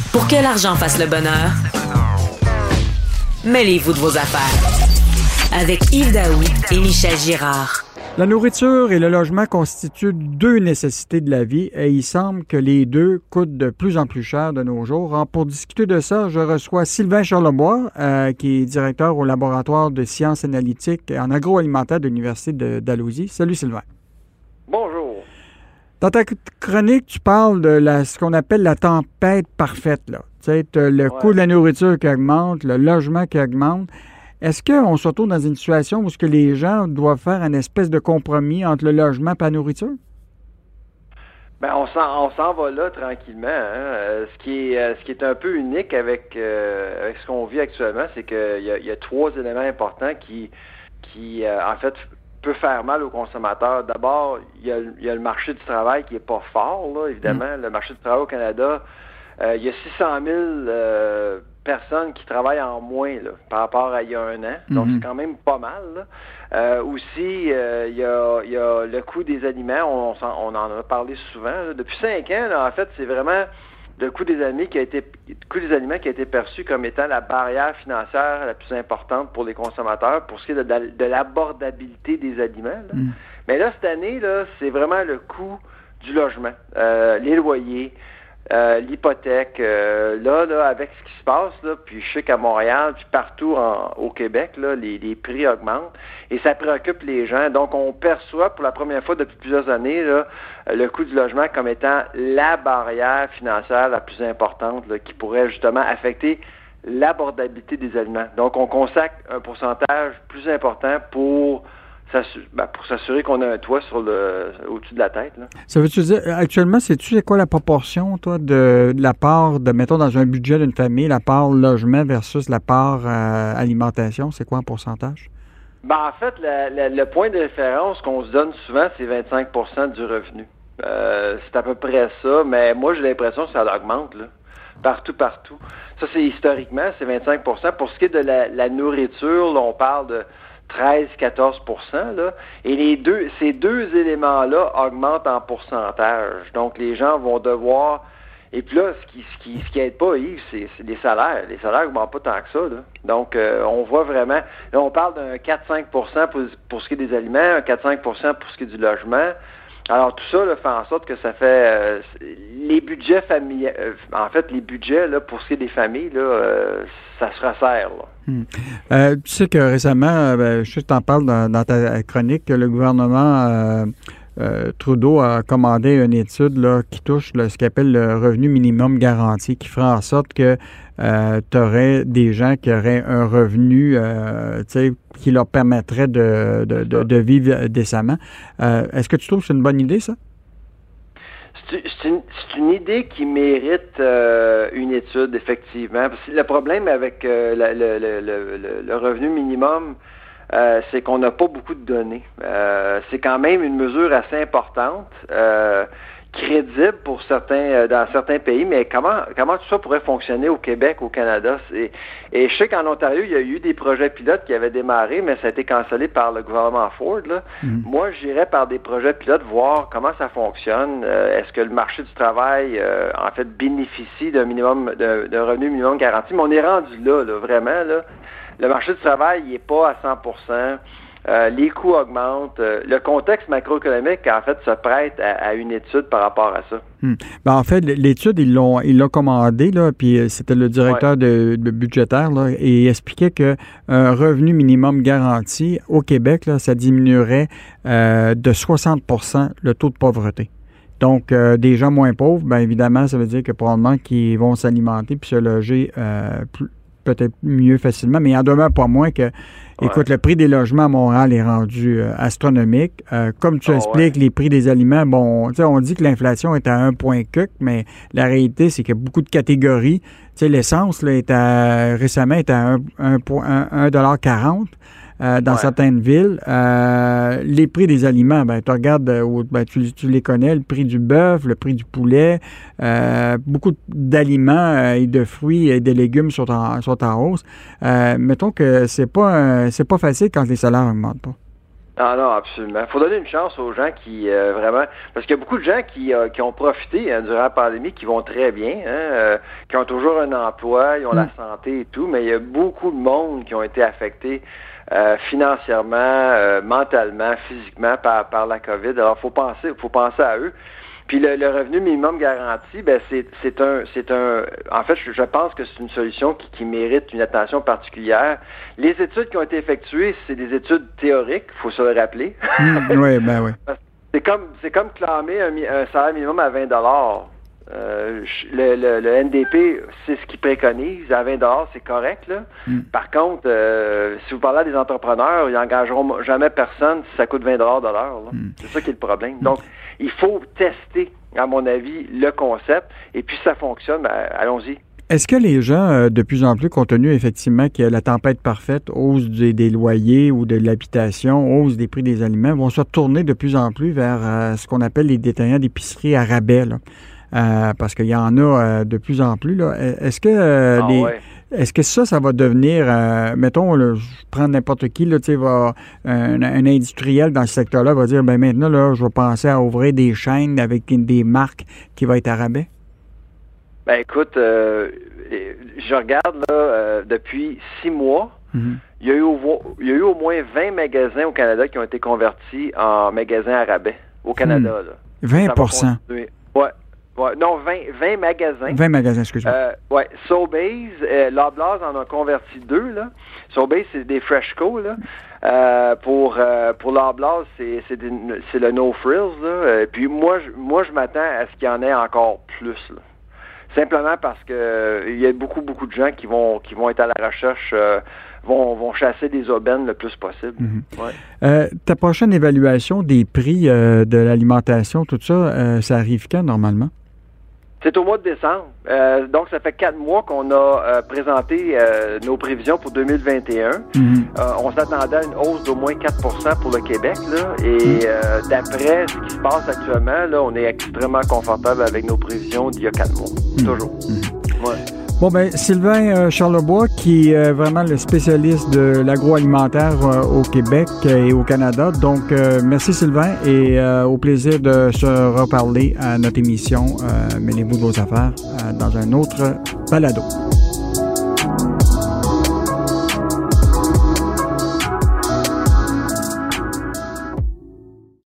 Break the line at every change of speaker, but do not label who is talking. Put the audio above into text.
Pour que l'argent fasse le bonheur, mêlez-vous de vos affaires. Avec Yves Daoui et Michel Girard.
La nourriture et le logement constituent deux nécessités de la vie et il semble que les deux coûtent de plus en plus cher de nos jours. Pour discuter de ça, je reçois Sylvain Charlebois, qui est directeur au laboratoire de sciences analytiques en agroalimentaire de l'Université de Dalhousie. Salut Sylvain.
Bonjour.
Dans ta chronique, tu parles de ce qu'on appelle la tempête parfaite, là. Tu sais, le coût de la nourriture qui augmente, le logement qui augmente. Est-ce qu'on se retrouve dans une situation où que les gens doivent faire une espèce de compromis entre le logement et la nourriture?
Ben, on s'en va là tranquillement. Hein. Ce qui est un peu unique avec ce qu'on vit actuellement, c'est qu'il y a trois éléments importants qui en fait, peut faire mal aux consommateurs. D'abord, il y a le marché du travail qui est pas fort, là, évidemment. Le marché du travail au Canada, il y a 600 000 personnes qui travaillent en moins là, par rapport à il y a un an. Donc, c'est quand même pas mal. Là. Aussi, il y a le coût des aliments. On en a parlé souvent. Là. Depuis 5 ans, là, en fait, c'est vraiment le coût des aliments qui a été perçu comme étant la barrière financière la plus importante pour les consommateurs pour ce qui est de l'abordabilité des aliments. Là. Mais là, cette année, là, c'est vraiment le coût du logement, les loyers, l'hypothèque. Là, avec ce qui se passe, là, puis je sais qu'à Montréal, puis partout au Québec, là, les prix augmentent et ça préoccupe les gens. Donc, on perçoit pour la première fois depuis plusieurs années là, le coût du logement comme étant la barrière financière la plus importante là, qui pourrait justement affecter l'abordabilité des aliments. Donc, on consacre un pourcentage plus important pour s'assurer qu'on a un toit au-dessus de la tête. Là.
Ça veut-tu dire, actuellement, c'est quoi la proportion, toi, de la part, mettons, dans un budget d'une famille, la part logement versus la part alimentation? C'est quoi en pourcentage?
Ben, en fait, le point de référence qu'on se donne souvent, c'est 25% du revenu. C'est à peu près ça, mais moi, j'ai l'impression que ça augmente, là. Partout. Ça, c'est historiquement, c'est 25%. Pour ce qui est de la nourriture, là, on parle de 13-14%, là, et ces deux éléments-là augmentent en pourcentage. Donc, les gens vont devoir... Et puis là, ce qui aide pas, Yves, c'est les salaires. Les salaires n'augmentent pas tant que ça, là. Donc, on voit vraiment... Là, on parle d'un 4-5% pour ce qui est des aliments, un 4-5% pour ce qui est du logement. Alors, tout ça là, fait en sorte que ça fait... les budgets familiaux... en fait, les budgets, là, pour ce qui est des familles, là, ça se resserre, là.
Tu sais que récemment, je sais que tu en parles dans ta chronique, que le gouvernement Trudeau a commandé une étude là, qui touche ce qu'il appelle le revenu minimum garanti, qui fera en sorte que tu aurais des gens qui auraient un revenu qui leur permettrait de vivre décemment. Est-ce que tu trouves que c'est une bonne idée, ça?
C'est une idée qui mérite une étude, effectivement. Parce que le problème avec le revenu minimum, c'est qu'on n'a pas beaucoup de données. C'est quand même une mesure assez importante, crédible pour dans certains pays, mais comment tout ça pourrait fonctionner au Québec, au Canada? Et je sais qu'en Ontario, il y a eu des projets pilotes qui avaient démarré, mais ça a été cancellé par le gouvernement Ford. Là. Moi, j'irais par des projets pilotes voir comment ça fonctionne. Est-ce que le marché du travail, en fait, bénéficie d'un revenu minimum garanti? Mais on est rendu là, vraiment, là. Le marché du travail, il n'est pas à 100%. Les coûts augmentent. Le contexte macroéconomique, en fait, se prête à une étude par rapport à ça.
Ben, en fait, l'étude, ils l'ont commandée, là, puis c'était le directeur de budgétaire, là, et il expliquait qu'un revenu minimum garanti au Québec, là, ça diminuerait de 60% le taux de pauvreté. Donc, des gens moins pauvres, bien évidemment, ça veut dire que probablement qu'ils vont s'alimenter puis se loger peut-être mieux facilement, mais il en demeure pas moins que, écoute, le prix des logements à Montréal est rendu astronomique. Comme tu expliques, les prix des aliments, bon, tu sais, on dit que l'inflation est à 1 point quelque, mais la réalité, c'est qu'il y a beaucoup de catégories. Tu sais, l'essence, là, récemment, est à 1,40 $. Dans certaines villes. Les prix des aliments, tu regardes, tu les connais, le prix du bœuf, le prix du poulet, beaucoup d'aliments et de fruits et de légumes sont en hausse. Mettons que c'est pas facile quand les salaires n'augmentent pas.
Ah non, absolument. Il faut donner une chance aux gens qui vraiment... Parce qu'il y a beaucoup de gens qui ont profité durant la pandémie, qui vont très bien, qui ont toujours un emploi, ils ont la santé et tout, mais il y a beaucoup de monde qui ont été affectés financièrement, mentalement, physiquement par la COVID. Alors, faut penser à eux. Puis le revenu minimum garanti, ben c'est un en fait, je pense que c'est une solution qui mérite une attention particulière. Les études qui ont été effectuées, c'est des études théoriques, faut se le rappeler.
Oui, ben oui.
C'est comme clamer un salaire minimum à 20 $. Le NDP, c'est ce qu'il préconise. À 20 $, c'est correct, là. Par contre, si vous parlez à des entrepreneurs, ils n'engageront jamais personne si ça coûte 20 $ de l'heure. Là. C'est ça qui est le problème. Donc, il faut tester, à mon avis, le concept. Et puis, si ça fonctionne, ben, allons-y.
Est-ce que les gens, de plus en plus, compte tenu effectivement que la tempête parfaite, hausse des loyers ou de l'habitation, hausse des prix des aliments, vont se tourner de plus en plus vers ce qu'on appelle les détaillants d'épicerie à rabais, là? Parce qu'il y en a de plus en plus. Là. Est-ce que est-ce que ça va devenir, mettons, là, je prends n'importe qui, là, un industriel dans ce secteur-là va dire, ben maintenant, là, je vais penser à ouvrir des chaînes avec des marques qui vont être à rabais?
Ben écoute, je regarde là depuis 6 mois, il y a eu au moins 20 magasins au Canada qui ont été convertis en magasins à rabais au Canada. Là.
20%?
Ouais, non, 20 magasins.
20 magasins, excuse-moi.
Oui, Sobeys, Loblaws en a converti 2, là. Sobeys, c'est des Freshco, là. Pour Loblaws, c'est le No Frills, là. Puis moi, je m'attends à ce qu'il y en ait encore plus, là. Simplement parce que il y a beaucoup de gens qui vont être à la recherche, vont chasser des aubaines le plus possible.
Ouais. Ta prochaine évaluation des prix de l'alimentation, tout ça, ça arrive quand normalement?
C'est au mois de décembre. Donc, ça fait 4 mois qu'on a présenté nos prévisions pour 2021. On s'attendait à une hausse d'au moins 4% pour le Québec. Là, et d'après ce qui se passe actuellement, là, on est extrêmement confortable avec nos prévisions d'il y a 4 mois. Toujours. Ouais.
Bon, ben Sylvain Charlebois, qui est vraiment le spécialiste de l'agroalimentaire au Québec et au Canada. Donc, merci Sylvain et au plaisir de se reparler à notre émission Mêlez-vous de vos affaires dans un autre balado.